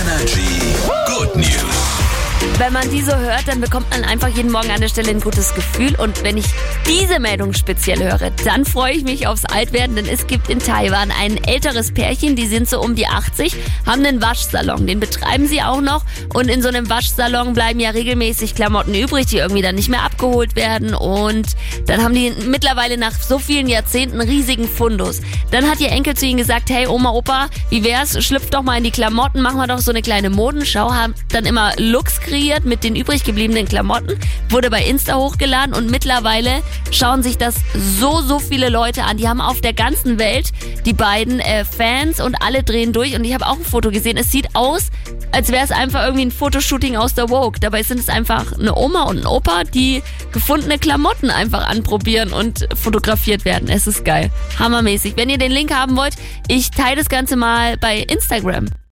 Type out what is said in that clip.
Energy Good News. Wenn man die so hört, dann bekommt man einfach jeden Morgen an der Stelle ein gutes Gefühl. Und wenn ich diese Meldung speziell höre, dann freue ich mich aufs Altwerden. Denn es gibt in Taiwan ein älteres Pärchen, die sind so um die 80, haben einen Waschsalon. Den betreiben sie auch noch. Und in so einem Waschsalon bleiben ja regelmäßig Klamotten übrig, die irgendwie dann nicht mehr abgeholt werden. Und dann haben die mittlerweile nach so vielen Jahrzehnten einen riesigen Fundus. Dann hat ihr Enkel zu ihnen gesagt, hey Oma, Opa, wie wär's? Schlüpft doch mal in die Klamotten, machen wir doch so eine kleine Modenschau. Haben dann immer Looks kreiert mit den übrig gebliebenen Klamotten, wurde bei Insta hochgeladen und mittlerweile schauen sich das so viele Leute an. Die haben auf der ganzen Welt die beiden Fans und alle drehen durch und ich habe auch ein Foto gesehen. Es sieht aus, als wäre es einfach irgendwie ein Fotoshooting aus der Vogue. Dabei sind es einfach eine Oma und ein Opa, die gefundene Klamotten einfach anprobieren und fotografiert werden. Es ist geil. Hammermäßig. Wenn ihr den Link haben wollt, ich teile das Ganze mal bei Instagram.